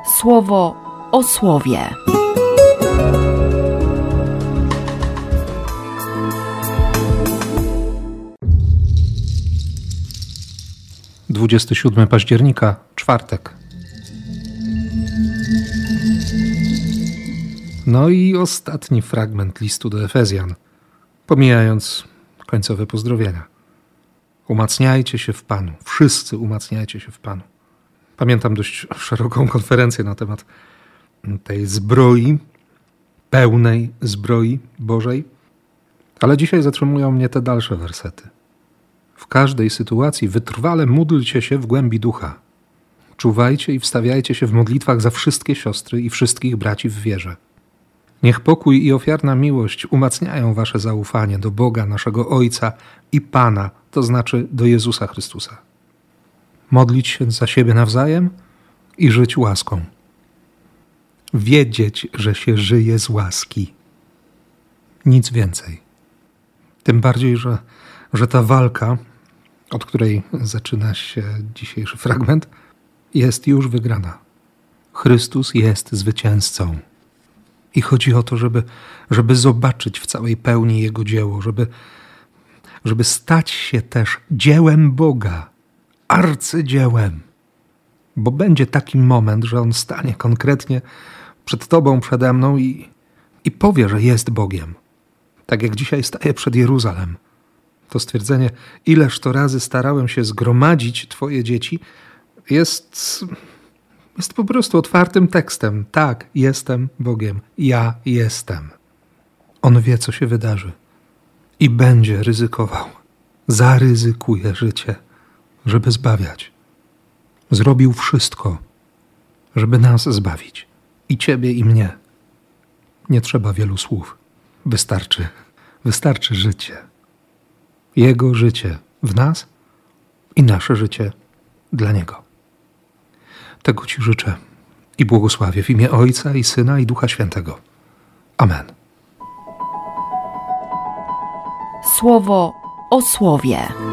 Słowo o słowie. Dwudziestego października, czwartek. No i ostatni fragment listu do Efezjan, pomijając końcowe pozdrowienia. Umacniajcie się w Panu. Wszyscy umacniajcie się w Panu. Pamiętam dość szeroką konferencję na temat tej zbroi, pełnej zbroi Bożej, ale dzisiaj zatrzymują mnie te dalsze wersety. W każdej sytuacji wytrwale módlcie się w głębi ducha. Czuwajcie i wstawiajcie się w modlitwach za wszystkie siostry i wszystkich braci w wierze. Niech pokój i ofiarna miłość umacniają wasze zaufanie do Boga, naszego Ojca i Pana, to znaczy do Jezusa Chrystusa. Modlić się za siebie nawzajem i żyć łaską. Wiedzieć, że się żyje z łaski. Nic więcej. Tym bardziej, że ta walka, od której zaczyna się dzisiejszy fragment, jest już wygrana. Chrystus jest zwycięzcą. I chodzi o to, żeby zobaczyć w całej pełni Jego dzieło, żeby stać się też dziełem Boga, arcydziełem. Bo będzie taki moment, że On stanie konkretnie przed Tobą, przede mną i powie, że jest Bogiem. Tak jak dzisiaj staję przed Jeruzalem. To stwierdzenie, ileż to razy starałem się zgromadzić Twoje dzieci, jest po prostu otwartym tekstem. Tak, jestem Bogiem. Ja jestem. On wie, co się wydarzy. I będzie ryzykował. Zaryzykuje życie, żeby zbawiać. Zrobił wszystko, żeby nas zbawić. I Ciebie, i mnie. Nie trzeba wielu słów. Wystarczy życie. Jego życie w nas i nasze życie dla Niego. Tego Ci życzę i błogosławię w imię Ojca i Syna i Ducha Świętego. Amen. Słowo o słowie.